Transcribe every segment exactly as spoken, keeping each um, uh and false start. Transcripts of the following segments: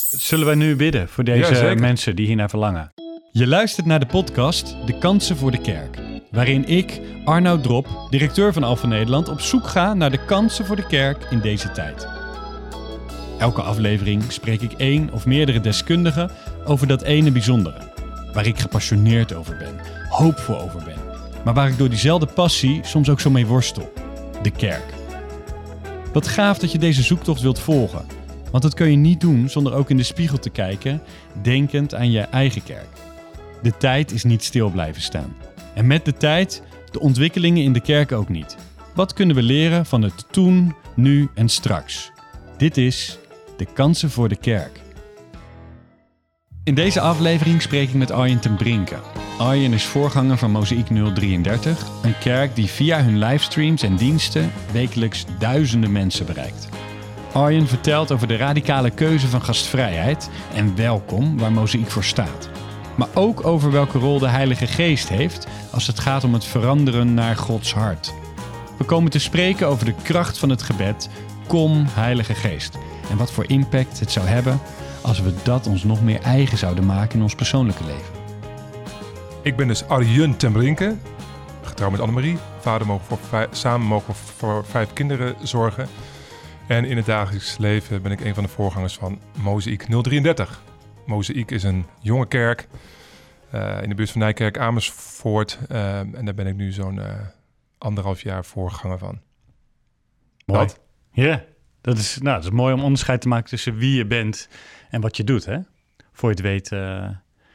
Zullen wij nu bidden voor deze Ja, mensen die hiernaar verlangen? Je luistert naar de podcast De Kansen voor de Kerk, waarin ik, Arnoud Drop, directeur van Alpha Nederland, op zoek ga naar de kansen voor de kerk in deze tijd. Elke aflevering spreek ik één of meerdere deskundigen over dat ene bijzondere, waar ik gepassioneerd over ben, hoopvol over ben, maar waar ik door diezelfde passie soms ook zo mee worstel: de kerk. Wat gaaf dat je deze zoektocht wilt volgen, want dat kun je niet doen zonder ook in de spiegel te kijken, denkend aan je eigen kerk. De tijd is niet stil blijven staan. En met de tijd de ontwikkelingen in de kerk ook niet. Wat kunnen we leren van het toen, nu en straks? Dit is De Kansen voor de Kerk. In deze aflevering spreek ik met Arjen ten Brinke. Arjen is voorganger van Mozaïek nul drieëndertig, een kerk die via hun livestreams en diensten wekelijks duizenden mensen bereikt. Arjen vertelt over de radicale keuze van gastvrijheid en welkom waar Mozaïek voor staat. Maar ook over welke rol de Heilige Geest heeft als het gaat om het veranderen naar Gods hart. We komen te spreken over de kracht van het gebed: Kom, Heilige Geest. En wat voor impact het zou hebben als we dat ons nog meer eigen zouden maken in ons persoonlijke leven. Ik ben dus Arjen ten Brinke, getrouwd met Annemarie. Vader mogen voor vijf, samen mogen we voor vijf kinderen zorgen. En in het dagelijks leven ben ik een van de voorgangers van Mozaïek nul drieëndertig. Mozaïek is een jonge kerk uh, in de buurt van Nijkerk, Amersfoort. Uh, en daar ben ik nu zo'n uh, anderhalf jaar voorganger van. Mooi. Dat. Ja, dat is, nou, dat is mooi om onderscheid te maken tussen wie je bent en wat je doet, hè? Voor je het weet, uh,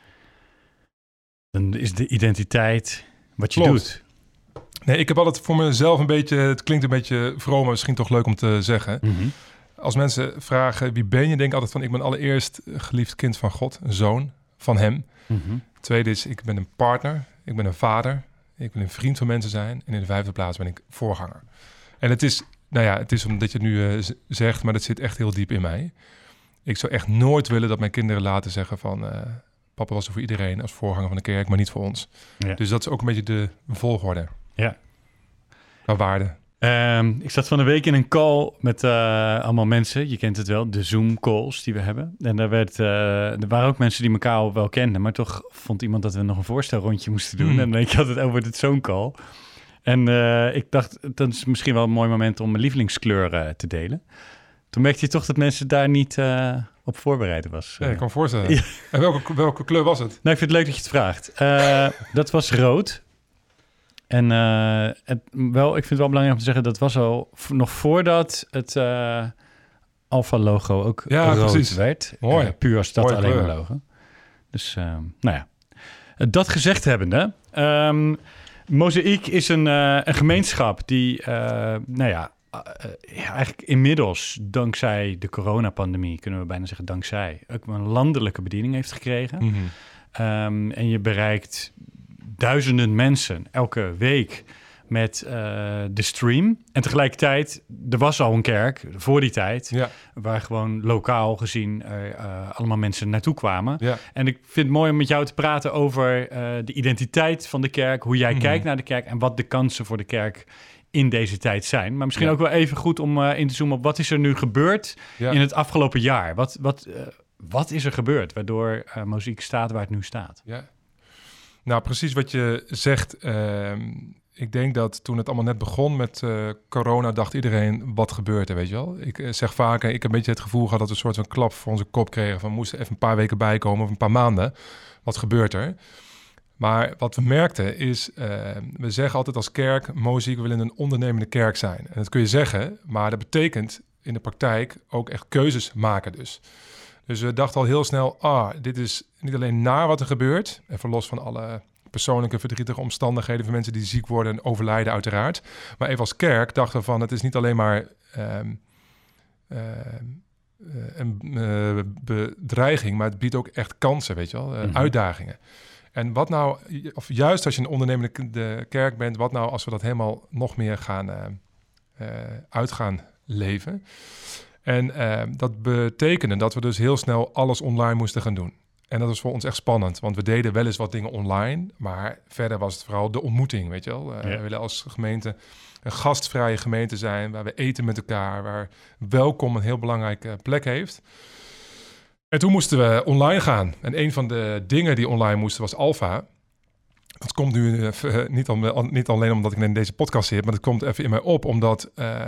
dan is de identiteit wat je Klopt. doet. Nee, ik heb altijd voor mezelf een beetje, het klinkt een beetje vroom, maar misschien toch leuk om te zeggen. Mm-hmm. Als mensen vragen wie ben je, denk ik altijd van ik ben allereerst geliefd kind van God, een zoon van hem. Mm-hmm. Tweede is ik ben een partner, ik ben een vader, ik wil een vriend van mensen zijn. En in de vijfde plaats ben ik voorganger. En het is, nou ja, het is omdat je het nu uh, zegt, maar dat zit echt heel diep in mij. Ik zou echt nooit willen dat mijn kinderen laten zeggen van uh, papa was er voor iedereen als voorganger van de kerk, maar niet voor ons. Ja. Dus dat is ook een beetje de volgorde. Ja. Qua waarde. Um, ik zat van de week in een call met uh, allemaal mensen. Je kent het wel, de Zoom-calls die we hebben. En daar werd, uh, er waren ook mensen die elkaar al wel kenden. Maar toch vond iemand dat we nog een voorstelrondje moesten doen. Hmm. En dan denk ik altijd over het zo'n call. En uh, ik dacht, dat is misschien wel een mooi moment om mijn lievelingskleur uh, te delen. Toen merkte je toch dat mensen daar niet uh, op voorbereid was. Ja, ik kan me voorstellen. Ja. En welke, welke kleur was het? Nou, ik vind het leuk dat je het vraagt. Uh, dat was rood. En uh, het, wel, ik vind het wel belangrijk om te zeggen, dat was al v- nog voordat het uh, Alpha-logo ook ja, rood precies. werd. Mooi. Uh, puur als dat Mooie alleen kleur. maar logo. Dus, uh, nou ja. Dat gezegd hebbende, um, Mozaïek is een, uh, een gemeenschap die, uh, nou ja, uh, ja, eigenlijk inmiddels, dankzij de coronapandemie, kunnen we bijna zeggen dankzij, ook een landelijke bediening heeft gekregen. Mm-hmm. Um, en je bereikt duizenden mensen elke week met uh, de stream. En tegelijkertijd, er was al een kerk voor die tijd, ja. waar gewoon lokaal gezien uh, uh, allemaal mensen naartoe kwamen. Ja. En ik vind het mooi om met jou te praten over uh, de identiteit van de kerk, hoe jij Mm-hmm. kijkt naar de kerk en wat de kansen voor de kerk in deze tijd zijn. Maar misschien ja. ook wel even goed om uh, in te zoomen op wat is er nu gebeurd ja. in het afgelopen jaar? Wat, wat, uh, wat is er gebeurd waardoor uh, Mozaïek staat waar het nu staat? Ja. Nou, precies wat je zegt. Uh, ik denk dat toen het allemaal net begon met uh, corona, dacht iedereen, wat gebeurt er, weet je wel? Ik uh, zeg vaker, ik heb een beetje het gevoel gehad dat we een soort van klap voor onze kop kregen van, we moesten even een paar weken bijkomen of een paar maanden. Wat gebeurt er? Maar wat we merkten is, uh, we zeggen altijd als kerk, Mozaïek, we willen een ondernemende kerk zijn. En dat kun je zeggen, maar dat betekent in de praktijk ook echt keuzes maken dus. Dus we dachten al heel snel, ah, dit is niet alleen naar wat er gebeurt, even los van alle persoonlijke verdrietige omstandigheden van mensen die ziek worden en overlijden uiteraard. Maar even als kerk dachten we van, het is niet alleen maar um, uh, een uh, bedreiging, maar het biedt ook echt kansen, weet je wel, uh, mm-hmm. uitdagingen. En wat nou, of juist als je een ondernemende de kerk bent, wat nou als we dat helemaal nog meer gaan uh, uh, uit gaan leven? En uh, dat betekende dat we dus heel snel alles online moesten gaan doen. En dat was voor ons echt spannend, want we deden wel eens wat dingen online, maar verder was het vooral de ontmoeting, weet je wel. Uh, ja. We willen als gemeente een gastvrije gemeente zijn, waar we eten met elkaar, waar welkom een heel belangrijke plek heeft. En toen moesten we online gaan. En een van de dingen die online moesten was Alpha. Dat komt nu uh, niet, om, niet alleen omdat ik in deze podcast zit, maar dat komt even in mij op, omdat uh, uh,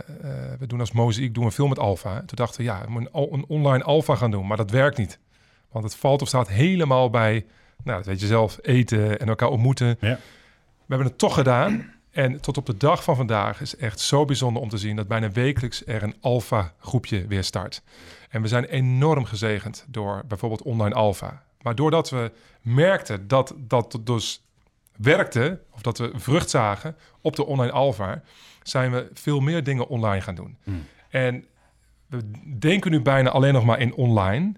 we doen als Mozaïek doen we veel met Alpha. Toen dachten we, ja, we moeten een, een online Alpha gaan doen, maar dat werkt niet. Want het valt of staat helemaal bij, nou, dat weet je zelf, eten en elkaar ontmoeten. Ja. We hebben het toch gedaan. En tot op de dag van vandaag is echt zo bijzonder om te zien dat bijna wekelijks er een Alpha groepje weer start. En we zijn enorm gezegend door bijvoorbeeld online Alpha. Maar doordat we merkten dat dat dus werkte, of dat we vrucht zagen op de online Alpha, zijn we veel meer dingen online gaan doen. Mm. En we denken nu bijna alleen nog maar in online.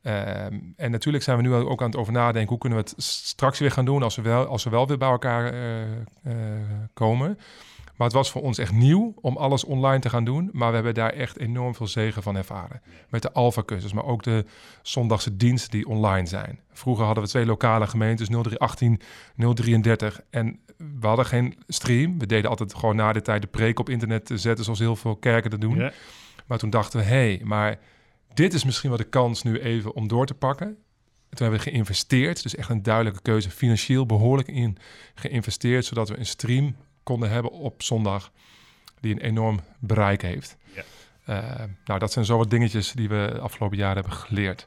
Um, en natuurlijk zijn we nu ook aan het over nadenken, hoe kunnen we het straks weer gaan doen als we wel, als we wel weer bij elkaar uh, uh, komen. Maar het was voor ons echt nieuw om alles online te gaan doen. Maar we hebben daar echt enorm veel zegen van ervaren. Met de Alpha-cursus, maar ook de zondagse diensten die online zijn. Vroeger hadden we twee lokale gemeentes, nul drie achttien, nul drieëndertig. En we hadden geen stream. We deden altijd gewoon na de tijd de preek op internet zetten, zoals heel veel kerken dat doen. Ja. Maar toen dachten we, hé, hey, maar dit is misschien wel de kans nu even om door te pakken. En toen hebben we geïnvesteerd, dus echt een duidelijke keuze, financieel behoorlijk in geïnvesteerd, zodat we een stream konden hebben op zondag die een enorm bereik heeft. Ja. Uh, nou, dat zijn zo wat dingetjes die we de afgelopen jaren hebben geleerd.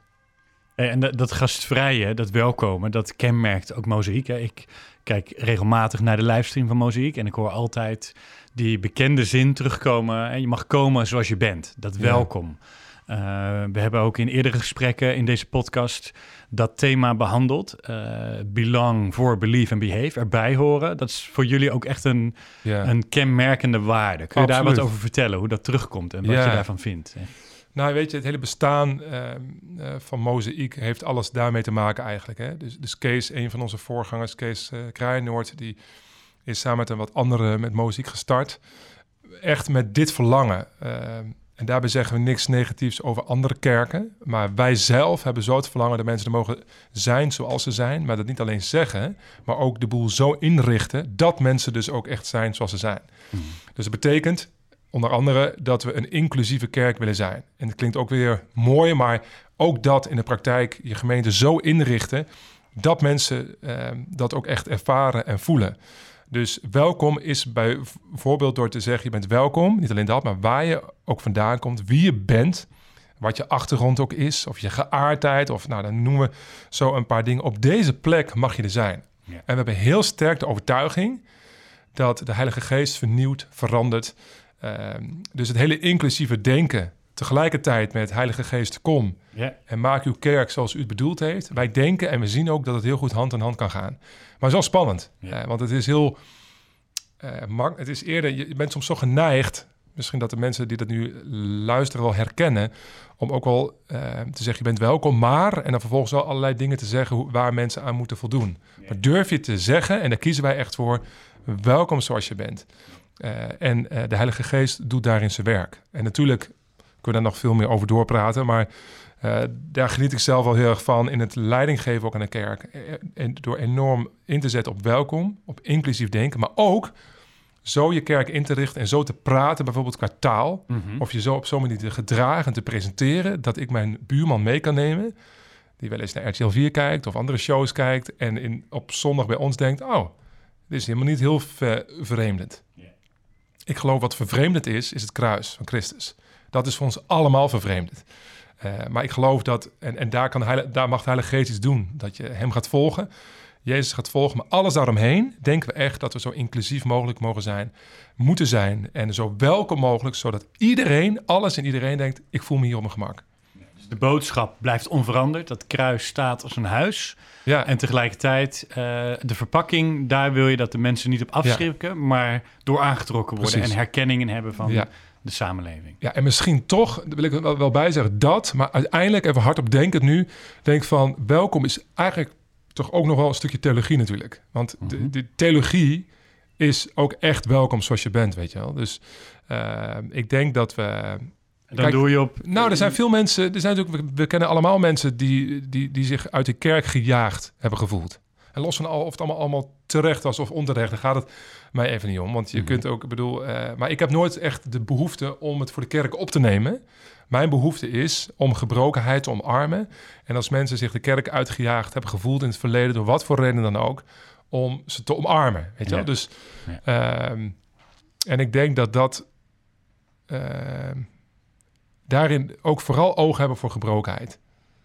En dat, dat gastvrije, dat welkomen, dat kenmerkt ook Mozaïek. Hè? Ik kijk regelmatig naar de livestream van Mozaïek en ik hoor altijd die bekende zin terugkomen. En je mag komen zoals je bent, dat welkom. Ja. Uh, we hebben ook in eerdere gesprekken in deze podcast dat thema behandeld. Uh, belong, for, believe en behave, erbij horen. Dat is voor jullie ook echt een, yeah. een kenmerkende waarde. Kun je Absoluut. daar wat over vertellen, hoe dat terugkomt en wat yeah. je daarvan vindt? Hè? Nou, weet je, het hele bestaan uh, uh, van Mozaïek heeft alles daarmee te maken eigenlijk. Hè? Dus, dus Kees, een van onze voorgangers, Kees uh, Kraaienoord, die is samen met een wat anderen met Mozaïek gestart. Echt met dit verlangen. Uh, En daarbij zeggen we niks negatiefs over andere kerken. Maar wij zelf hebben zo het verlangen dat mensen er mogen zijn zoals ze zijn. Maar dat niet alleen zeggen, maar ook de boel zo inrichten dat mensen dus ook echt zijn zoals ze zijn. Mm. Dus dat betekent onder andere dat we een inclusieve kerk willen zijn. En het klinkt ook weer mooi, maar ook dat in de praktijk je gemeente zo inrichten dat mensen eh, dat ook echt ervaren en voelen. Dus welkom is bijvoorbeeld door te zeggen, je bent welkom. Niet alleen dat, maar waar je ook vandaan komt, wie je bent, wat je achtergrond ook is, of je geaardheid, of nou, dan noemen we zo een paar dingen. Op deze plek mag je er zijn. Ja. En we hebben heel sterk de overtuiging dat de Heilige Geest vernieuwt, verandert. Uh, dus het hele inclusieve denken, tegelijkertijd met Heilige Geest, kom yeah. en maak uw kerk zoals u het bedoeld heeft. Wij denken en we zien ook dat het heel goed hand in hand kan gaan. Maar het is wel spannend, yeah. uh, want het is heel... Uh, mak- het is eerder, je bent soms zo geneigd, misschien dat de mensen die dat nu luisteren wel herkennen, om ook wel uh, te zeggen, je bent welkom, maar, en dan vervolgens wel allerlei dingen te zeggen hoe, waar mensen aan moeten voldoen. Yeah. Maar durf je te zeggen, en daar kiezen wij echt voor, welkom zoals je bent. Uh, en uh, de Heilige Geest doet daarin zijn werk. En natuurlijk kunnen we daar nog veel meer over doorpraten, maar uh, daar geniet ik zelf wel heel erg van in het leiding geven ook aan de kerk. En door enorm in te zetten op welkom, op inclusief denken, maar ook zo je kerk in te richten en zo te praten, bijvoorbeeld qua taal, mm-hmm. of je zo op zo'n manier te gedragen en te presenteren, dat ik mijn buurman mee kan nemen, die wel eens naar R T L vier kijkt of andere shows kijkt en in, op zondag bij ons denkt, oh, dit is helemaal niet heel vervreemdend. Yeah. Ik geloof wat vervreemdend is, is het kruis van Christus. Dat is voor ons allemaal vervreemdend. Uh, maar ik geloof dat, en, en daar, kan de Heilige, daar mag de Heilige Geest iets doen, dat je hem gaat volgen, Jezus gaat volgen, maar alles daaromheen denken we echt dat we zo inclusief mogelijk mogen zijn, moeten zijn en zo welkom mogelijk, zodat iedereen, alles en iedereen denkt, ik voel me hier op mijn gemak. Dus de boodschap blijft onveranderd, dat kruis staat als een huis. Ja. En tegelijkertijd uh, de verpakking, daar wil je dat de mensen niet op afschrikken, ja. maar door aangetrokken worden Precies. en herkenningen hebben van ja. de samenleving. Ja, en misschien toch, daar wil ik er wel bij zeggen, dat, maar uiteindelijk even hardop denkend nu, denk van welkom is eigenlijk toch ook nog wel een stukje theologie natuurlijk. Want mm-hmm. de, de theologie is ook echt welkom zoals je bent, weet je wel. Dus uh, ik denk dat we... En dan Kijk, doe je op... Nou, er zijn veel mensen... Er zijn natuurlijk, we, we kennen allemaal mensen die, die, die zich uit de kerk gejaagd hebben gevoeld. En los van al, of het allemaal, allemaal terecht was of onterecht, dan gaat het mij even niet om. Want je mm-hmm. kunt ook, ik bedoel... Uh, maar ik heb nooit echt de behoefte om het voor de kerk op te nemen. Mijn behoefte is om gebrokenheid te omarmen. En als mensen zich de kerk uitgejaagd hebben gevoeld in het verleden, door wat voor reden dan ook, om ze te omarmen. Weet je wel? Ja. Dus, ja. Uh, en ik denk dat dat uh, daarin ook vooral oog hebben voor gebrokenheid.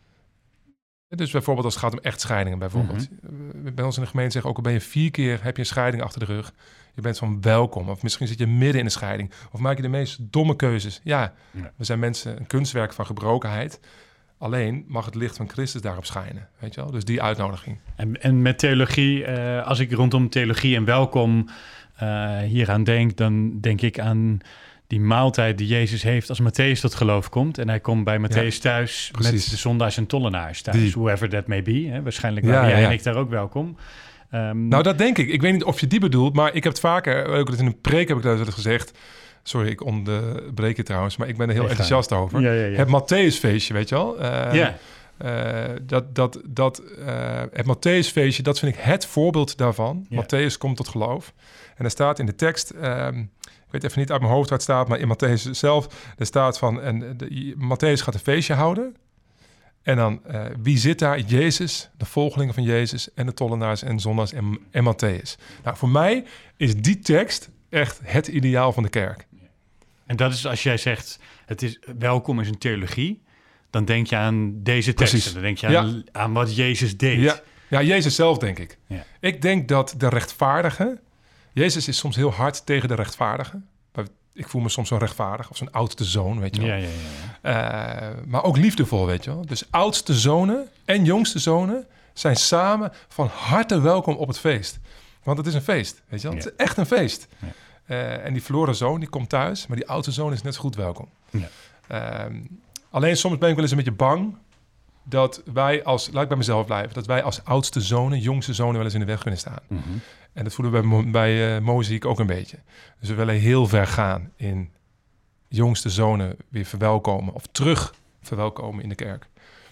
Dus bijvoorbeeld als het gaat om echtscheidingen bijvoorbeeld. Mm-hmm. Bij ons in de gemeente zeggen ook al ben je vier keer, heb je een scheiding achter de rug. Je bent van welkom. Of misschien zit je midden in een scheiding. Of maak je de meest domme keuzes. Ja, ja. We zijn mensen, een kunstwerk van gebrokenheid. Alleen mag het licht van Christus daarop schijnen. Weet je wel? Dus die uitnodiging. En, en met theologie, uh, als ik rondom theologie en welkom uh, hieraan denk, dan denk ik aan die maaltijd die Jezus heeft als Matthäus tot geloof komt. En hij komt bij Matthäus ja, thuis precies. met de zondaars en tollenaars thuis. Die. Whoever that may be. Hè? Waarschijnlijk waren ja, jij ja. en ik daar ook welkom. Um, nou, dat denk ik. Ik weet niet of je die bedoelt, maar ik heb het vaker, ook in een preek heb ik dat gezegd. Sorry, ik onderbreek je trouwens, maar ik ben er heel enthousiast over. Ja, ja, ja. Het Matthäusfeestje, weet je wel? Uh, ja. Uh, dat, dat, dat, uh, het Matthäusfeestje, dat vind ik het voorbeeld daarvan. Ja. Matthäus komt tot geloof. En er staat in de tekst, um, ik weet even niet uit mijn hoofd waar het staat, maar in Matthäus zelf, er staat van, en de, Matthäus gaat een feestje houden. En dan, uh, wie zit daar? Jezus, de volgelingen van Jezus en de tollenaars en zondaars en, en Matthäus. Nou, voor mij is die tekst echt het ideaal van de kerk. En dat is als jij zegt, het is welkom is een theologie, dan denk je aan deze teksten. Precies. Dan denk je aan, ja. aan wat Jezus deed. Ja. ja, Jezus zelf denk ik. Ja. Ik denk dat de rechtvaardige, Jezus is soms heel hard tegen de rechtvaardige. Ik voel me soms zo rechtvaardig, of zo'n oudste zoon, weet je wel. Ja, ja, ja. Uh, maar ook liefdevol, weet je wel. Dus oudste zonen en jongste zonen zijn samen van harte welkom op het feest. Want het is een feest, weet je wel. Ja. Het is echt een feest. Ja. Uh, en die verloren zoon, die komt thuis, maar die oudste zoon is net zo goed welkom. Ja. Uh, alleen soms ben ik wel eens een beetje bang dat wij als, laat ik bij mezelf blijven, dat wij als oudste zonen, jongste zonen wel eens in de weg kunnen staan. Mm-hmm. En dat voelen we bij, bij uh, Mozaïek ook een beetje. Dus we willen heel ver gaan in jongste zonen weer verwelkomen of terug verwelkomen in de kerk.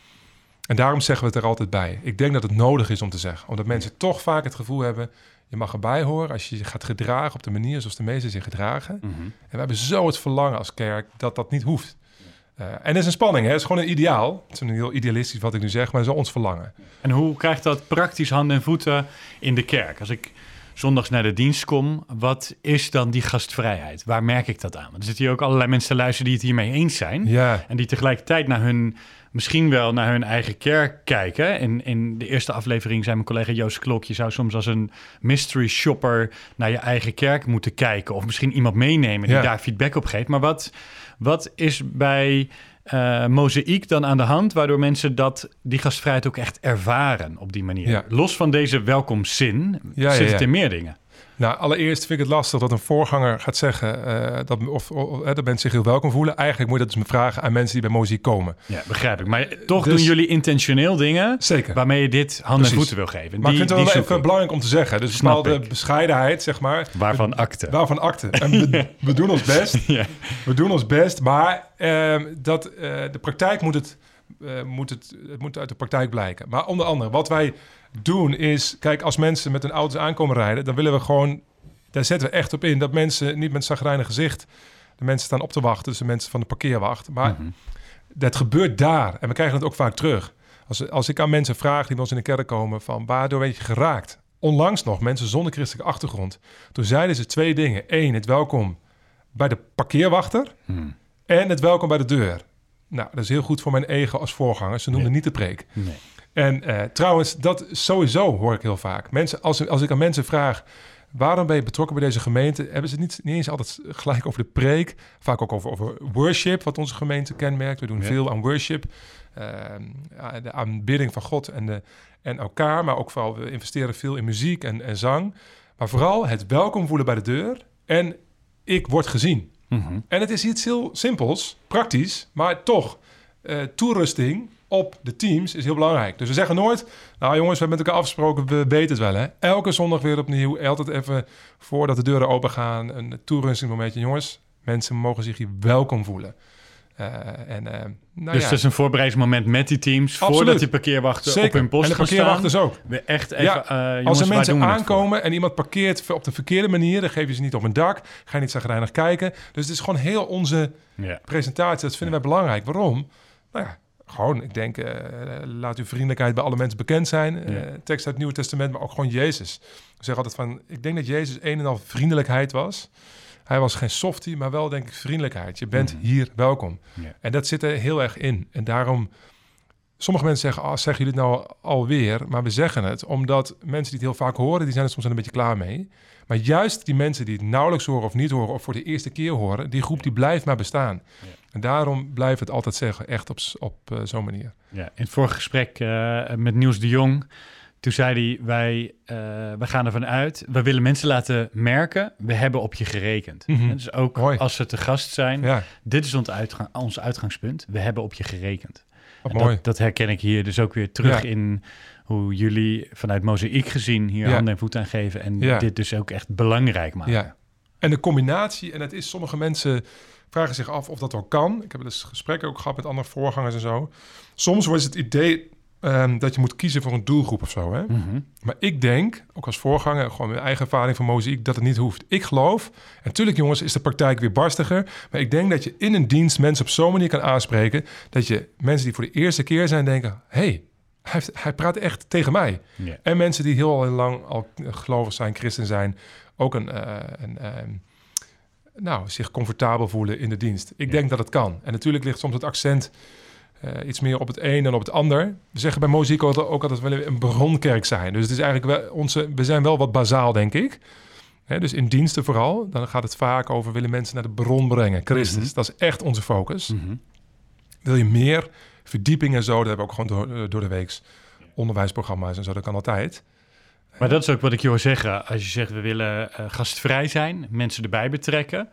En daarom zeggen we het er altijd bij. Ik denk dat het nodig is om te zeggen. Omdat mensen toch vaak het gevoel hebben, je mag erbij horen als je je gaat gedragen op de manier zoals de meesten zich gedragen. Mm-hmm. En we hebben zo het verlangen als kerk dat dat niet hoeft. Uh, en dat is een spanning, hè? Het is gewoon een ideaal. Het is een heel idealistisch wat ik nu zeg, maar zo ons verlangen. En hoe krijgt dat praktisch handen en voeten in de kerk? Als ik zondags naar de dienst kom, wat is dan die gastvrijheid? Waar merk ik dat aan? Want er zitten hier ook allerlei mensen te luisteren die het hiermee eens zijn. Ja. En die tegelijkertijd naar hun, misschien wel naar hun eigen kerk kijken. In, in de eerste aflevering zei mijn collega Joost Klok, je zou soms als een mystery shopper naar je eigen kerk moeten kijken. Of misschien iemand meenemen die ja. daar feedback op geeft. Maar wat, wat is bij uh, Mozaïek dan aan de hand, waardoor mensen dat, die gastvrijheid ook echt ervaren op die manier? Ja. Los van deze welkomstzin ja, zit ja, ja. het in meer dingen. Nou, allereerst vind ik het lastig dat een voorganger gaat zeggen uh, dat, of, of, uh, dat mensen zich heel welkom voelen. Eigenlijk moet je dat dus vragen aan mensen die bij Mozaïek komen. Ja, begrijp ik. Maar toch dus, doen jullie intentioneel dingen zeker. Waarmee je dit handen en voeten wil geven. Maar die, ik vind het wel even ik. belangrijk om te zeggen. Dus Snap bepaalde ik. bescheidenheid, zeg maar. Waarvan akte. Waarvan akte. En we, we doen ons best. ja. We doen ons best, maar uh, dat, uh, de praktijk moet het, uh, moet het, het moet uit de praktijk blijken. Maar onder andere, wat wij doen is, kijk, als mensen met hun auto's aankomen rijden, dan willen we gewoon, daar zetten we echt op in dat mensen niet met chagrijnig gezicht, de mensen staan op te wachten, dus de mensen van de parkeerwacht. Maar mm-hmm. dat gebeurt daar en we krijgen het ook vaak terug. Als, als ik aan mensen vraag die bij ons in de kerk komen van waardoor ben je geraakt? Onlangs nog, mensen zonder christelijke achtergrond. Toen zeiden ze twee dingen. Eén, het welkom bij de parkeerwachter mm. en het welkom bij de deur. Nou, dat is heel goed voor mijn ego als voorganger. Ze noemden nee. niet de preek. Nee. En uh, trouwens, dat sowieso hoor ik heel vaak. Mensen, als, als ik aan mensen vraag, waarom ben je betrokken bij deze gemeente? Hebben ze het niet, niet eens altijd gelijk over de preek. Vaak ook over, over worship, wat onze gemeente kenmerkt. We doen ja. veel aan worship. Uh, de aanbidding van God en, de, en elkaar. Maar ook vooral, we investeren veel in muziek en, en zang. Maar vooral het welkom voelen bij de deur. En ik word gezien. Mm-hmm. En het is iets heel simpels, praktisch, maar toch. Uh, toerusting op de teams is heel belangrijk. Dus we zeggen nooit, nou jongens, we hebben met elkaar afgesproken, we weten het wel. Hè? Elke zondag weer opnieuw, altijd even voordat de deuren open gaan, een toerustingsmomentje. Jongens, mensen mogen zich hier welkom voelen. Uh, en, uh, nou dus ja. dat is een voorbereidingsmoment met die teams... Absoluut. Voordat die parkeerwachten Zeker. op hun post en de gaan parkeerwachters staan. ook. We echt even, ja, uh, jongens, als er mensen waar aankomen en iemand parkeert op de verkeerde manier... dan geef je ze niet op een dak, ga je niet zagrijnig kijken. Dus het is gewoon heel onze ja. presentatie. Dat vinden ja. wij belangrijk. Waarom? Nou ja, gewoon, ik denk... Uh, laat uw vriendelijkheid bij alle mensen bekend zijn. Uh, ja. Tekst uit het Nieuwe Testament, maar ook gewoon Jezus. Ik zeg altijd van... Ik denk dat Jezus een en al vriendelijkheid was... Hij was geen softie, maar wel denk ik vriendelijkheid. Je bent mm. hier welkom. Ja. En dat zit er heel erg in. En daarom, sommige mensen zeggen, oh, zeggen jullie het nou alweer? Maar we zeggen het, omdat mensen die het heel vaak horen, die zijn er soms een beetje klaar mee. Maar juist die mensen die het nauwelijks horen of niet horen, of voor de eerste keer horen, die groep die blijft maar bestaan. Ja. En daarom blijf het altijd zeggen, echt op, op uh, zo'n manier. Ja, in het vorige gesprek uh, met Niels de Jong... Toen zei hij, wij, uh, wij gaan ervan uit, we willen mensen laten merken, we hebben op je gerekend. Mm-hmm. Dus ook Mooi. Als ze te gast zijn, ja. dit is ons, uitgang, ons uitgangspunt, we hebben op je gerekend. Mooi. Dat, dat herken ik hier dus ook weer terug ja. in hoe jullie vanuit Mozaïek gezien hier ja. handen en voeten aan geven en ja. dit dus ook echt belangrijk maken. Ja. En de combinatie, en het is, sommige mensen vragen zich af of dat wel kan. Ik heb dus gesprekken ook gehad met andere voorgangers en zo. Soms wordt het idee... Um, dat je moet kiezen voor een doelgroep of zo. Hè? Mm-hmm. Maar ik denk, ook als voorganger... gewoon mijn eigen ervaring van Mozaïek, dat het niet hoeft. Ik geloof, en natuurlijk jongens is de praktijk weer barstiger... maar ik denk dat je in een dienst mensen op zo'n manier kan aanspreken... dat je mensen die voor de eerste keer zijn denken... hé, hey, hij, hij praat echt tegen mij. Yeah. En mensen die heel lang al gelovig zijn, christen zijn... ook een, uh, een uh, nou, zich comfortabel voelen in de dienst. Ik yeah. denk dat het kan. En natuurlijk ligt soms het accent... Uh, iets meer op het een dan op het ander. We zeggen bij Mozaïek ook altijd dat we een bronkerk zijn. Dus het is eigenlijk wel onze, we zijn wel wat bazaal, denk ik. Hè, dus in diensten vooral. Dan gaat het vaak over willen mensen naar de bron brengen. Christus, mm-hmm. dat is echt onze focus. Mm-hmm. Wil je meer verdieping en zo, dat hebben we ook gewoon door, door de weeks onderwijsprogramma's en zo, dat kan altijd. Maar dat is ook wat ik je hoor zeggen. Als je zegt we willen uh, gastvrij zijn, mensen erbij betrekken.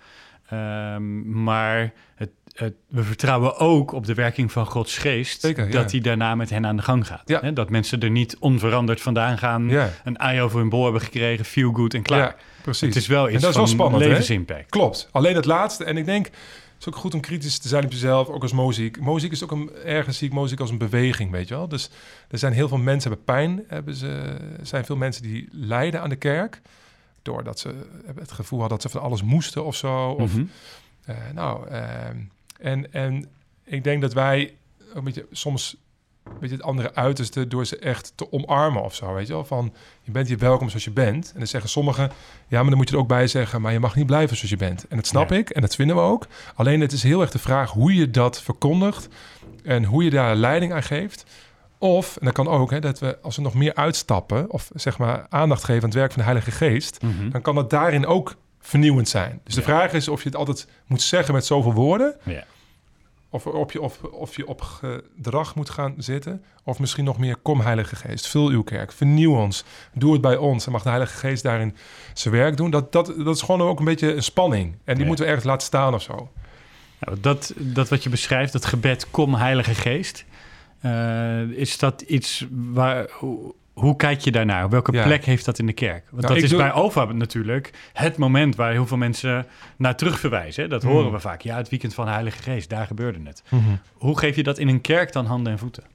Um, maar het, het, we vertrouwen ook op de werking van Gods geest... Zeker, dat hij ja. daarna met hen aan de gang gaat. Ja. Hè? Dat mensen er niet onveranderd vandaan gaan... Ja. een ei over hun bol hebben gekregen, feel good en klaar. Ja, precies. Het is wel iets en dat is van wel spannend, levensimpact. Hè? Klopt. Alleen het laatste. En ik denk, het is ook goed om kritisch te zijn op jezelf... ook als Mozaïek. Mozaïek is ook een, ergens zie ik Mozaïek als een beweging, weet je wel. Dus er zijn heel veel mensen hebben pijn. Hebben ze, er zijn veel mensen die lijden aan de kerk... doordat ze het gevoel hadden dat ze van alles moesten of zo. Of, mm-hmm. uh, nou, uh, en, en ik denk dat wij een beetje soms een beetje het andere uiterste... door ze echt te omarmen of zo, weet je wel. Van, je bent hier welkom zoals je bent. En dan zeggen sommigen, ja, maar dan moet je er ook bij zeggen... maar je mag niet blijven zoals je bent. En dat snap ja. ik en dat vinden we ook. Alleen het is heel erg de vraag hoe je dat verkondigt... en hoe je daar leiding aan geeft... Of, en dat kan ook, hè, dat we als we nog meer uitstappen... of zeg maar aandacht geven aan het werk van de Heilige Geest... Mm-hmm. dan kan dat daarin ook vernieuwend zijn. Dus ja. de vraag is of je het altijd moet zeggen met zoveel woorden... Ja. Of, op je, of, of je op gedrag moet gaan zitten... of misschien nog meer, kom Heilige Geest, vul uw kerk, vernieuw ons... doe het bij ons en mag de Heilige Geest daarin zijn werk doen. Dat, dat, dat is gewoon ook een beetje een spanning. En die ja. moeten we ergens laten staan of zo. Nou, dat, dat wat je beschrijft, dat gebed, kom Heilige Geest... Uh, is dat iets waar... Hoe, hoe kijk je daarnaar? Welke ja. plek heeft dat in de kerk? Want nou, dat is doe... bij O V A natuurlijk het moment waar heel veel mensen naar terugverwijzen. Hè? Dat mm. horen we vaak. Ja, het weekend van de Heilige Geest, daar gebeurde het. Mm-hmm. Hoe geef je dat in een kerk dan handen en voeten?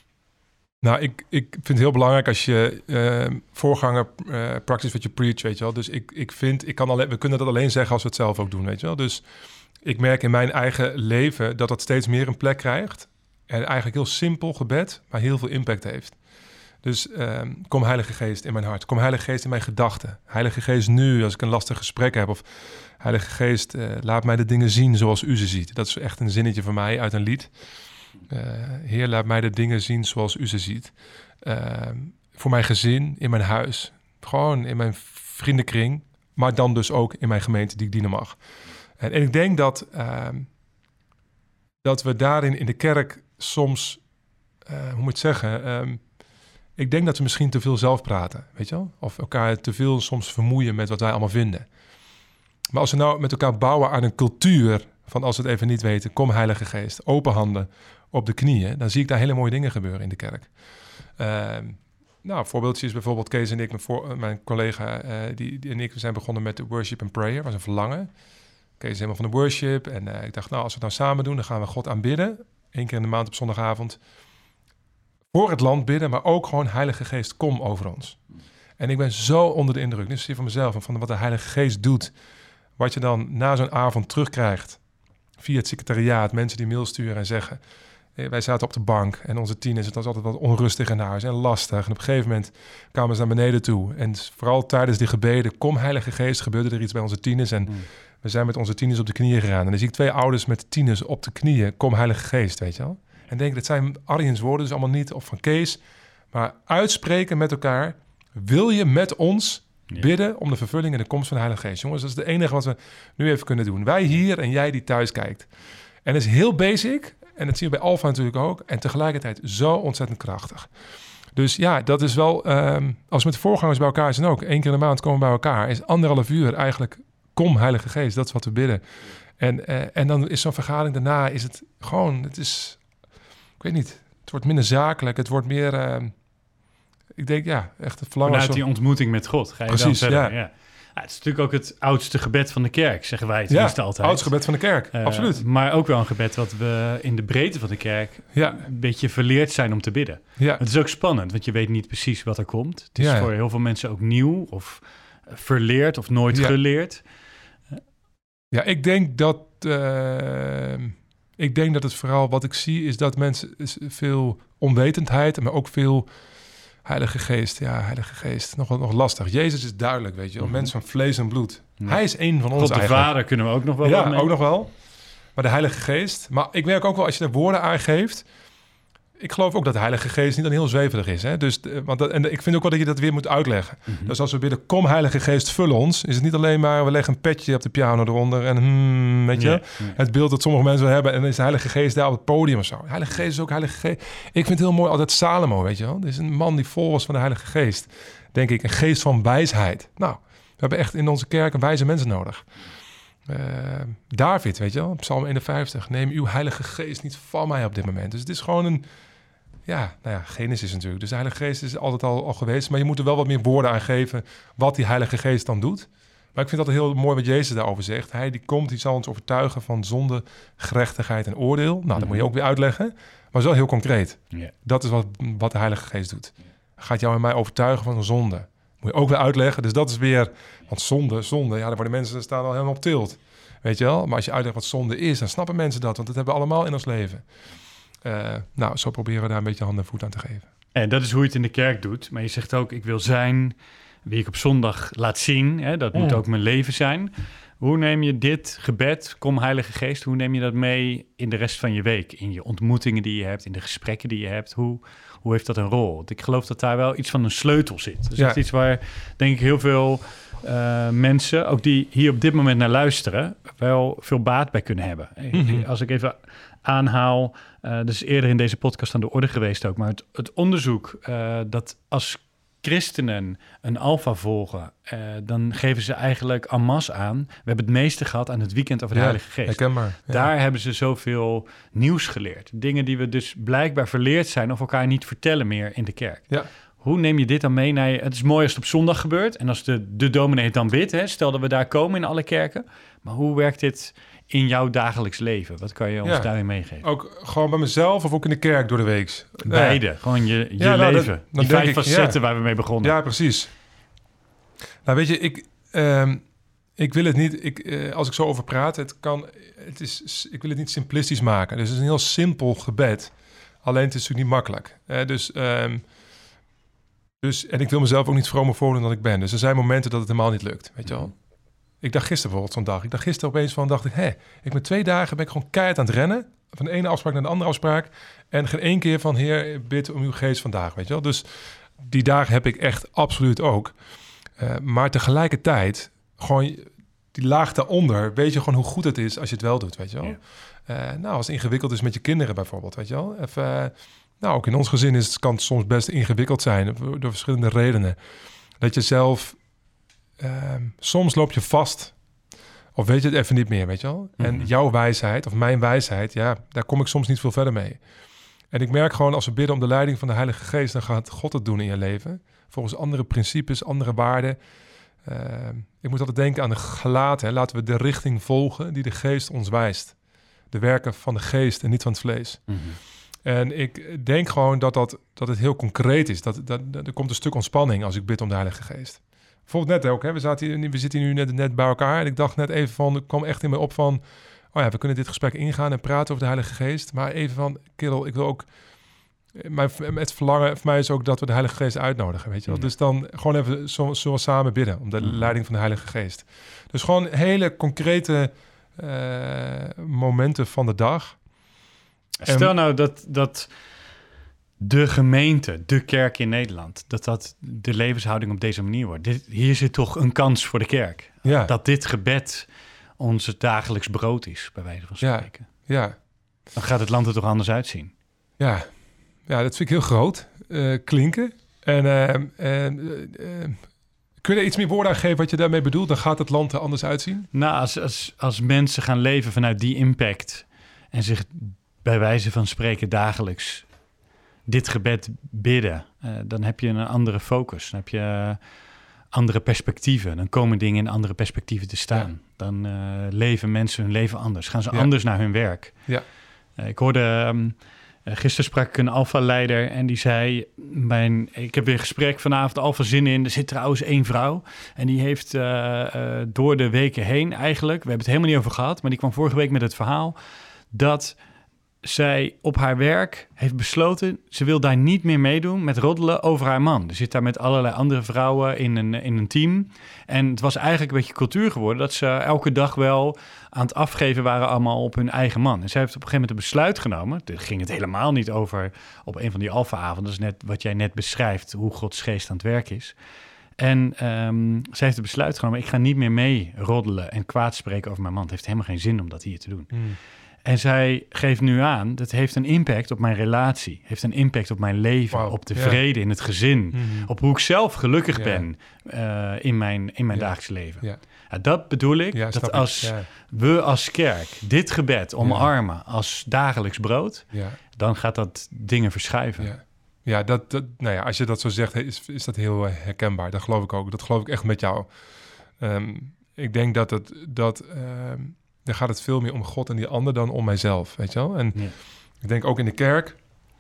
Nou, ik, ik vind het heel belangrijk als je uh, voorganger uh, practice wat je preach, weet je wel. Dus ik, ik vind, ik kan alleen, we kunnen dat alleen zeggen als we het zelf ook doen, weet je wel. Dus ik merk in mijn eigen leven dat dat steeds meer een plek krijgt. En eigenlijk heel simpel gebed, maar heel veel impact heeft. Dus um, kom Heilige Geest in mijn hart. Kom Heilige Geest in mijn gedachten. Heilige Geest nu, als ik een lastig gesprek heb. Of Heilige Geest, uh, laat mij de dingen zien zoals u ze ziet. Dat is echt een zinnetje van mij uit een lied. Uh, Heer, laat mij de dingen zien zoals u ze ziet. Uh, voor mijn gezin, in mijn huis. Gewoon in mijn vriendenkring. Maar dan dus ook in mijn gemeente die ik dienen mag. En, en ik denk dat, uh, dat we daarin in de kerk soms... Uh, hoe moet ik het zeggen... Um, Ik denk dat we misschien te veel zelf praten, weet je wel? Of elkaar te veel soms vermoeien met wat wij allemaal vinden. Maar als we nou met elkaar bouwen aan een cultuur van als we het even niet weten, kom Heilige Geest, open handen op de knieën, dan zie ik daar hele mooie dingen gebeuren in de kerk. Uh, nou, een voorbeeldje is bijvoorbeeld Kees en ik, mijn, voor, mijn collega uh, die, die en ik, we zijn begonnen met de worship and prayer, was een verlangen. Kees is helemaal van de worship. En uh, ik dacht, nou, als we het nou samen doen, dan gaan we God aanbidden. Eén keer in de maand op zondagavond. Voor het land bidden, maar ook gewoon Heilige Geest, kom over ons. En ik ben zo onder de indruk, niet zozeer van mezelf, en van wat de Heilige Geest doet. Wat je dan na zo'n avond terugkrijgt. Via het secretariaat, mensen die mail sturen en zeggen... Wij zaten op de bank en onze tieners, het was altijd wat onrustig in huis en lastig. En op een gegeven moment kwamen ze naar beneden toe. En vooral tijdens die gebeden, kom Heilige Geest, gebeurde er iets bij onze tieners. En mm. we zijn met onze tieners op de knieën gegaan. En dan zie ik twee ouders met tieners op de knieën, kom Heilige Geest, weet je wel. En denk, dat zijn Arjen's woorden, dus allemaal niet, of van Kees. Maar uitspreken met elkaar, wil je met ons bidden ja. om de vervulling en de komst van de Heilige Geest? Jongens, dat is het enige wat we nu even kunnen doen. Wij hier en jij die thuis kijkt. En het is heel basic... En dat zien we bij Alpha natuurlijk ook. En tegelijkertijd zo ontzettend krachtig. Dus ja, dat is wel... Um, als we met de voorgangers bij elkaar zijn ook... één keer in de maand komen we bij elkaar... is anderhalf uur eigenlijk... kom Heilige Geest, dat is wat we bidden. En, uh, en dan is zo'n vergadering daarna... is het gewoon... Het is... Ik weet niet. Het wordt minder zakelijk. Het wordt meer... Uh, ik denk, ja, echt het verlangen... Vanuit die ontmoeting met God ga je Precies, dan verder. Ja. Ja. Ja, het is natuurlijk ook het oudste gebed van de kerk, zeggen wij tenminste altijd. Ja, het oudste gebed van de kerk, uh, absoluut. Maar ook wel een gebed wat we in de breedte van de kerk ja. een beetje verleerd zijn om te bidden. Ja. Het is ook spannend, want je weet niet precies wat er komt. Het is ja. voor heel veel mensen ook nieuw of verleerd of nooit ja. geleerd. Ja, ik denk dat... Uh, ik denk dat het vooral wat ik zie is dat mensen veel onwetendheid, maar ook veel... Heilige Geest, ja, Heilige Geest. Nog, nog lastig. Jezus is duidelijk, weet je wel. Mm-hmm. Mens van vlees en bloed. Ja. Hij is één van ons God de Vader kunnen we ook nog wel Ja, mee. ook nog wel. Maar de Heilige Geest... Maar ik merk ook wel, als je de woorden aangeeft... Ik geloof ook dat de Heilige Geest niet dan heel zweverig is. Hè? Dus, want dat, en ik vind ook wel dat je dat weer moet uitleggen. Mm-hmm. Dus als we bidden, kom Heilige Geest, vul ons... is het niet alleen maar, we leggen een petje op de piano eronder... en hmm, weet je, nee, nee. het beeld dat sommige mensen hebben... en dan is de Heilige Geest daar op het podium of zo. De Heilige Geest is ook Heilige Geest. Ik vind het heel mooi, altijd Salomo, weet je wel. Er is een man die vol was van de Heilige Geest. Denk ik, een geest van wijsheid. Nou, we hebben echt in onze kerk een wijze mensen nodig. Uh, David, weet je wel, Psalm eenenvijftig. Neem uw Heilige Geest niet van mij op dit moment. Dus het is gewoon een... Ja, nou ja, Genesis natuurlijk. Dus de Heilige Geest is altijd al, al geweest. Maar je moet er wel wat meer woorden aan geven wat die Heilige Geest dan doet. Maar ik vind dat heel mooi wat Jezus daarover zegt. Hij die komt, die zal ons overtuigen van zonde, gerechtigheid en oordeel. Nou, mm-hmm. dat moet je ook weer uitleggen. Maar zo heel concreet. Yeah. Dat is wat, wat de Heilige Geest doet. Hij gaat jou en mij overtuigen van zonde. Moet je ook weer uitleggen. Dus dat is weer... Want zonde, zonde, ja, daar worden mensen staan al helemaal op tilt. Weet je wel? Maar als je uitlegt wat zonde is, dan snappen mensen dat. Want dat hebben we allemaal in ons leven. Uh, nou, zo proberen we daar een beetje hand en voet aan te geven. En dat is hoe je het in de kerk doet. Maar je zegt ook, ik wil zijn wie ik op zondag laat zien. Hè? Dat mm. moet ook mijn leven zijn. Hoe neem je dit gebed, kom Heilige Geest... hoe neem je dat mee in de rest van je week? In je ontmoetingen die je hebt, in de gesprekken die je hebt. Hoe, hoe heeft dat een rol? Want ik geloof dat daar wel iets van een sleutel zit. Dat is ja. echt iets waar, denk ik, heel veel uh, mensen... ook die hier op dit moment naar luisteren... wel veel baat bij kunnen hebben. Mm-hmm. Als ik even... aanhaal, uh, dat is eerder in deze podcast aan de orde geweest ook, maar het, het onderzoek uh, dat als christenen een alfa volgen, uh, dan geven ze eigenlijk en masse aan. We hebben het meeste gehad aan het weekend over de ja, Heilige Geest. Herkenbaar. Ja. Daar hebben ze zoveel nieuws geleerd. Dingen die we dus blijkbaar verleerd zijn of elkaar niet vertellen meer in de kerk. Ja. Hoe neem je dit dan mee naar je... Het is mooi als het op zondag gebeurt en als de, de dominee het dan bidt, hè, stel dat we daar komen in alle kerken. Maar hoe werkt dit in jouw dagelijks leven? Wat kan je ons ja, daarin meegeven? Ook gewoon bij mezelf of ook in de kerk door de week? Beide. Ja. Gewoon je, je ja, nou, leven. Dat, Die vijf ik, facetten ja. waar we mee begonnen. Ja, precies. Nou, weet je, ik, um, ik wil het niet... Ik, uh, als ik zo over praat, het kan... Het is, ik wil het niet simplistisch maken. Dus het is een heel simpel gebed. Alleen het is natuurlijk niet makkelijk. Uh, dus... Um, Dus, en ik wil mezelf ook niet vromer voordoen dan ik ben. Dus er zijn momenten dat het helemaal niet lukt, weet je wel. Ik dacht gisteren bijvoorbeeld zo'n dag. Ik dacht gisteren opeens van, dacht ik... hé, ik ben twee dagen ben ik gewoon keihard aan het rennen. Van de ene afspraak naar de andere afspraak. En geen één keer van, Heer, bid om uw geest vandaag, weet je wel. Dus die dagen heb ik echt absoluut ook. Uh, maar tegelijkertijd, gewoon die laag daaronder... weet je gewoon hoe goed het is als je het wel doet, weet je wel. Ja. Uh, nou, als het ingewikkeld is met je kinderen bijvoorbeeld, weet je wel. Even... Uh, Nou, ook in ons gezin is het, kan het soms best ingewikkeld zijn... door verschillende redenen. Dat je zelf... Uh, soms loop je vast... of weet je het even niet meer, weet je wel? Mm-hmm. En jouw wijsheid, of mijn wijsheid... ja, daar kom ik soms niet veel verder mee. En ik merk gewoon, als we bidden om de leiding van de Heilige Geest... dan gaat God het doen in je leven. Volgens andere principes, andere waarden. Uh, ik moet altijd denken aan de Galaten. Laten we de richting volgen die de geest ons wijst. De werken van de geest en niet van het vlees. Mm-hmm. En ik denk gewoon dat, dat, dat het heel concreet is. Dat, dat, dat, er komt een stuk ontspanning als ik bid om de Heilige Geest. Bijvoorbeeld net ook, hè, we, zaten hier, we zitten hier nu net, net bij elkaar. En ik dacht net even van, ik kwam echt in me op van... oh ja, we kunnen dit gesprek ingaan en praten over de Heilige Geest. Maar even van, kerel, ik wil ook... Mijn, het verlangen voor mij is ook dat we de Heilige Geest uitnodigen, weet je wel. Ja. Dus dan gewoon even zo, zo samen bidden om de mm. leiding van de Heilige Geest. Dus gewoon hele concrete uh, momenten van de dag. Stel en, nou dat, dat de gemeente, de kerk in Nederland, dat dat de levenshouding op deze manier wordt. Dit, hier zit toch een kans voor de kerk. Ja. Dat dit gebed ons dagelijks brood is, bij wijze van spreken. Ja. Ja. Dan gaat het land er toch anders uitzien. Ja. Ja, dat vind ik heel groot uh, klinken. En uh, uh, uh, kun je er iets meer woorden aan geven wat je daarmee bedoelt? Dan gaat het land er anders uitzien? Nou, als, als, als mensen gaan leven vanuit die impact en zich bij wijze van spreken dagelijks dit gebed bidden, uh, dan heb je een andere focus. Dan heb je uh, andere perspectieven. Dan komen dingen in andere perspectieven te staan. Ja. Dan uh, leven mensen hun leven anders. Gaan ze ja. anders naar hun werk. Ja. Uh, ik hoorde... Um, Uh, gisteren sprak ik een Alpha-leider en die zei... Mijn, ik heb weer een gesprek vanavond, Alpha zin in. Er zit trouwens één vrouw en die heeft uh, uh, door de weken heen eigenlijk... we hebben het helemaal niet over gehad, maar die kwam vorige week met het verhaal... dat zij op haar werk heeft besloten... ze wil daar niet meer meedoen met roddelen over haar man. Er zit daar met allerlei andere vrouwen in een, in een team. En het was eigenlijk een beetje cultuur geworden... dat ze elke dag wel aan het afgeven waren allemaal op hun eigen man. En zij heeft op een gegeven moment een besluit genomen. Daar ging het helemaal niet over op een van die alfa-avonden. Dat is net wat jij net beschrijft, hoe Gods geest aan het werk is. En um, zij heeft het besluit genomen... ik ga niet meer mee roddelen en kwaad spreken over mijn man. Het heeft helemaal geen zin om dat hier te doen. Mm. En zij geeft nu aan, dat heeft een impact op mijn relatie. Heeft een impact op mijn leven, wow, op de yeah. vrede in het gezin. Mm-hmm. Op hoe ik zelf gelukkig yeah. ben uh, in mijn, in mijn yeah. dagelijks leven. Yeah. Ja, dat bedoel ik, ja, dat als ja. we als kerk dit gebed omarmen ja. als dagelijks brood... Ja. dan gaat dat dingen verschuiven. Ja, ja, dat, dat, nou ja, als je dat zo zegt, is, is dat heel herkenbaar. Dat geloof ik ook. Dat geloof ik echt met jou. Um, ik denk dat het... Dat, um, dan gaat het veel meer om God en die ander dan om mijzelf, weet je wel? En ja. ik denk ook in de kerk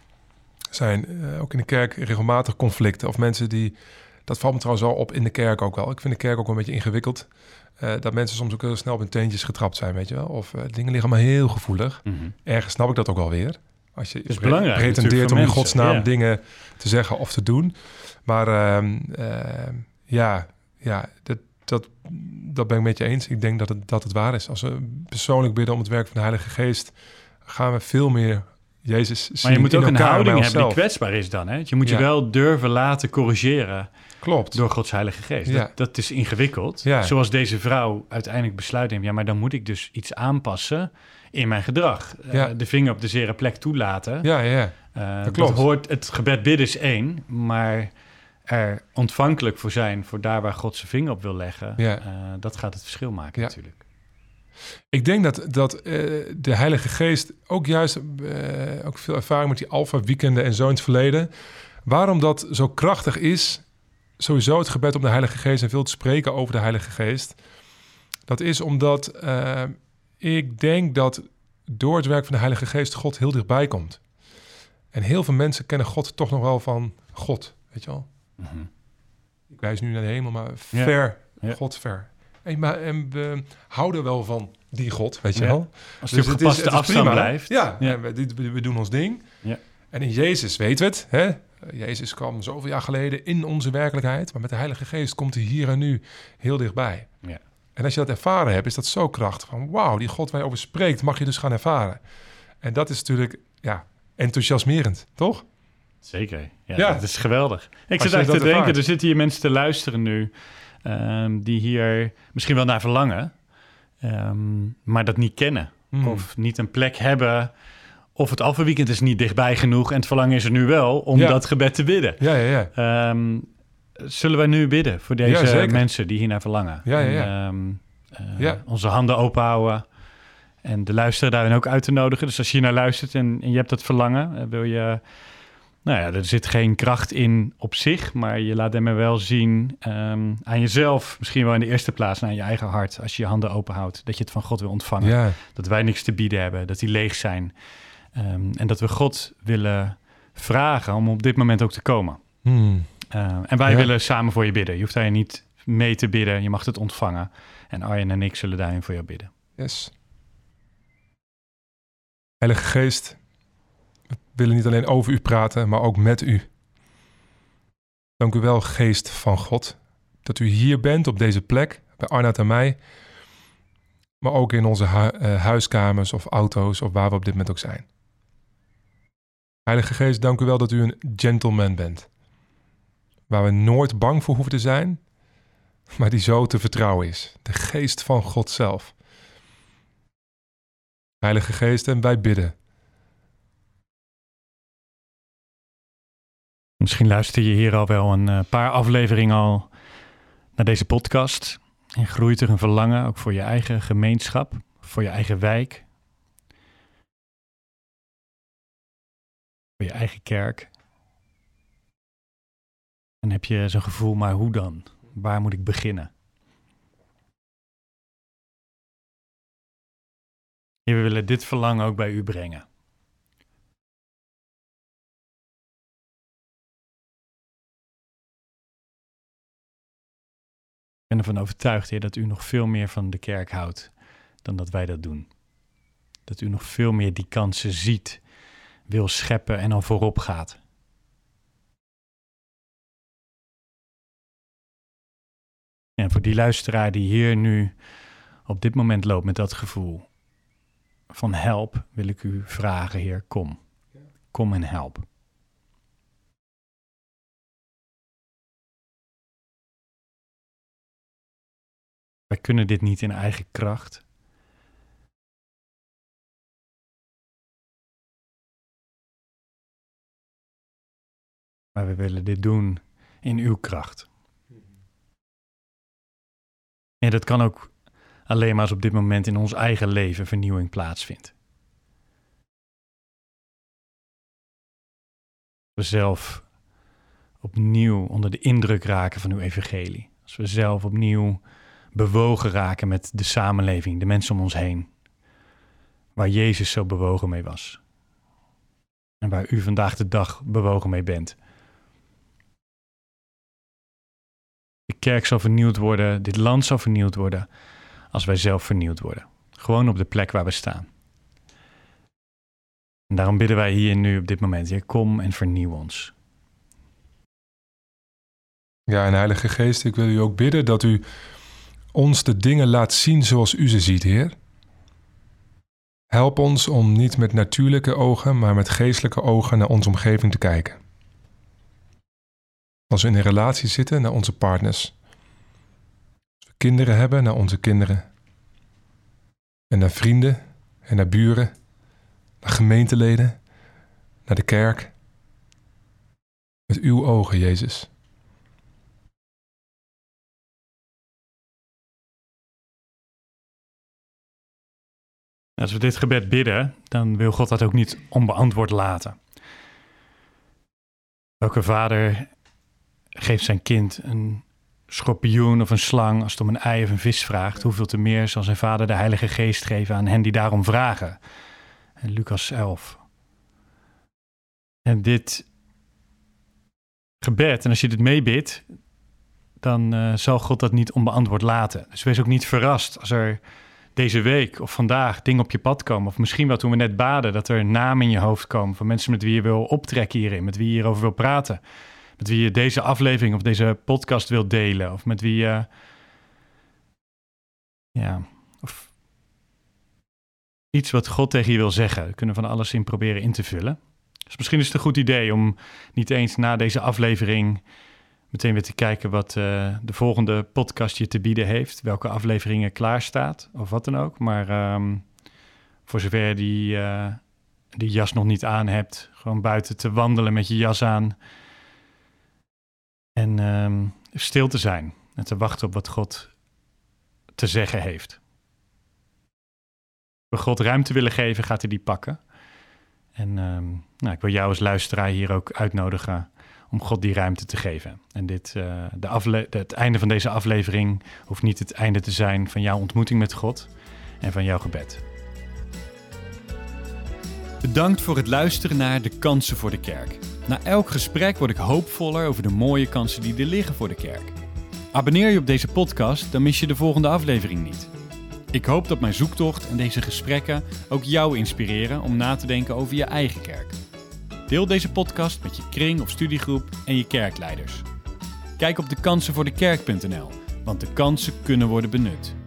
zijn uh, ook in de kerk regelmatig conflicten. Of mensen die... Dat valt me trouwens wel op in de kerk ook wel. Ik vind de kerk ook wel een beetje ingewikkeld. Uh, dat mensen soms ook heel snel op hun teentjes getrapt zijn, weet je wel? Of uh, dingen liggen maar heel gevoelig. Mm-hmm. Ergens snap ik dat ook wel weer. Als je pre- pretendeert om in Gods naam yeah. dingen te zeggen of te doen. Maar uh, uh, ja, ja dat, dat, dat ben ik met je eens. Ik denk dat het, dat het waar is. Als we persoonlijk bidden om het werk van de Heilige Geest... gaan we veel meer Jezus zien. Maar je moet ook een houding hebben die kwetsbaar is dan. Hè? Je moet je ja. wel durven laten corrigeren. Klopt. Door Gods Heilige Geest. Ja. Dat, dat is ingewikkeld. Ja. Zoals deze vrouw uiteindelijk besluit neemt... ja, maar dan moet ik dus iets aanpassen in mijn gedrag. Ja. Uh, de vinger op de zere plek toelaten. Ja, ja. Uh, dat klopt. Dat hoort, het gebed bidden is één, maar er ontvankelijk voor zijn... voor daar waar God zijn vinger op wil leggen... Ja. Uh, dat gaat het verschil maken ja. natuurlijk. Ik denk dat, dat uh, de Heilige Geest ook juist... Uh, ook veel ervaring met die alfa-weekenden en zo in het verleden... waarom dat zo krachtig is... sowieso het gebed om de Heilige Geest... en veel te spreken over de Heilige Geest... dat is omdat uh, ik denk dat door het werk van de Heilige Geest... God heel dichtbij komt. En heel veel mensen kennen God toch nog wel van God, weet je wel. Mm-hmm. Ik wijs nu naar de hemel, maar ver, ja. Ja. God ver. En, maar, en we houden wel van die God, weet je ja. wel. Als dus het is, het is afstand prima, blijft. Ja, ja. We, we doen ons ding. Ja. En in Jezus weten we het. Hè? Jezus kwam zoveel jaar geleden in onze werkelijkheid. Maar met de Heilige Geest komt hij hier en nu heel dichtbij. Ja. En als je dat ervaren hebt, is dat zo krachtig. Van wauw, die God waar je over spreekt, mag je dus gaan ervaren. En dat is natuurlijk ja, enthousiasmerend, toch? Zeker. Ja, ja. Dat is geweldig. Ik zit eigenlijk te denken, ervaart. Er zitten hier mensen te luisteren nu... Um, die hier misschien wel naar verlangen, um, maar dat niet kennen. Mm. Of niet een plek hebben. Of het alfa-weekend is niet dichtbij genoeg en het verlangen is er nu wel om ja. dat gebed te bidden. Ja, ja, ja. Um, zullen wij nu bidden voor deze ja, mensen die hier naar verlangen? Ja, ja, ja. En, um, uh, ja. Onze handen openhouden en de luisteraar daarin ook uit te nodigen. Dus als je hier naar luistert en, en je hebt dat verlangen, uh, wil je Nou ja, er zit geen kracht in op zich, maar je laat hem er wel zien um, aan jezelf. Misschien wel in de eerste plaats en aan je eigen hart. Als je je handen open houdt, dat je het van God wil ontvangen. Ja. Dat wij niks te bieden hebben, dat die leeg zijn. Um, en dat we God willen vragen om op dit moment ook te komen. Hmm. Uh, en wij Ja. willen samen voor je bidden. Je hoeft daar niet mee te bidden, je mag het ontvangen. En Arjen en ik zullen daarin voor jou bidden. Yes. Heilige Geest, we willen niet alleen over u praten, maar ook met u. Dank u wel, Geest van God, dat u hier bent op deze plek, bij Arnoud en mij, maar ook in onze hu- uh, huiskamers of auto's of waar we op dit moment ook zijn. Heilige Geest, dank u wel dat u een gentleman bent, waar we nooit bang voor hoeven te zijn, maar die zo te vertrouwen is. De Geest van God zelf. Heilige Geest, en wij bidden. Misschien luister je hier al wel een uh, paar afleveringen al naar deze podcast. En groeit er een verlangen, ook voor je eigen gemeenschap, voor je eigen wijk. Voor je eigen kerk. En heb je zo'n gevoel, maar hoe dan? Waar moet ik beginnen? Heer, we willen dit verlangen ook bij u brengen. Ik ben ervan overtuigd, Heer, dat u nog veel meer van de kerk houdt dan dat wij dat doen. Dat u nog veel meer die kansen ziet, wil scheppen en al voorop gaat. En voor die luisteraar die hier nu op dit moment loopt met dat gevoel van help, wil ik u vragen, Heer, kom. Kom en help. Wij kunnen dit niet in eigen kracht. Maar we willen dit doen in uw kracht. En dat kan ook alleen maar als op dit moment in ons eigen leven vernieuwing plaatsvindt. We zelf opnieuw onder de indruk raken van uw evangelie. Als we zelf opnieuw bewogen raken met de samenleving, de mensen om ons heen. Waar Jezus zo bewogen mee was. En waar u vandaag de dag bewogen mee bent. De kerk zal vernieuwd worden, dit land zal vernieuwd worden, als wij zelf vernieuwd worden. Gewoon op de plek waar we staan. En daarom bidden wij hier nu op dit moment, Heer, kom en vernieuw ons. Ja, en Heilige Geest, ik wil u ook bidden dat u ons de dingen laat zien zoals u ze ziet, Heer. Help ons om niet met natuurlijke ogen, maar met geestelijke ogen naar onze omgeving te kijken. Als we in een relatie zitten, naar onze partners. Als we kinderen hebben, naar onze kinderen. En naar vrienden en naar buren, naar gemeenteleden, naar de kerk. Met uw ogen, Jezus. Als we dit gebed bidden, dan wil God dat ook niet onbeantwoord laten. Welke vader geeft zijn kind een schorpioen of een slang als het om een ei of een vis vraagt? Hoeveel te meer zal zijn vader de Heilige Geest geven aan hen die daarom vragen? En Lucas elf. En dit gebed, en als je dit meebidt, dan uh, zal God dat niet onbeantwoord laten. Dus wees ook niet verrast als er deze week of vandaag dingen op je pad komen. Of misschien wel toen we net baden, dat er namen in je hoofd komen van mensen met wie je wil optrekken hierin, met wie je hierover wil praten. Met wie je deze aflevering of deze podcast wilt delen. Of met wie je... Ja, of iets wat God tegen je wil zeggen. We kunnen van alles in proberen in te vullen. Dus misschien is het een goed idee om niet eens na deze aflevering meteen weer te kijken wat uh, de volgende podcast je te bieden heeft. Welke afleveringen klaar staat of wat dan ook. Maar um, voor zover je die, uh, die jas nog niet aan hebt, gewoon buiten te wandelen met je jas aan. En um, stil te zijn en te wachten op wat God te zeggen heeft. Als we God ruimte willen geven, gaat hij die pakken. En um, nou, ik wil jou als luisteraar hier ook uitnodigen om God die ruimte te geven. En dit, uh, de afle- het einde van deze aflevering hoeft niet het einde te zijn van jouw ontmoeting met God en van jouw gebed. Bedankt voor het luisteren naar De Kansen voor de Kerk. Na elk gesprek word ik hoopvoller over de mooie kansen die er liggen voor de kerk. Abonneer je op deze podcast, dan mis je de volgende aflevering niet. Ik hoop dat mijn zoektocht en deze gesprekken ook jou inspireren om na te denken over je eigen kerk. Deel deze podcast met je kring of studiegroep en je kerkleiders. Kijk op de kansen voor de kerk punt n l, want de kansen kunnen worden benut.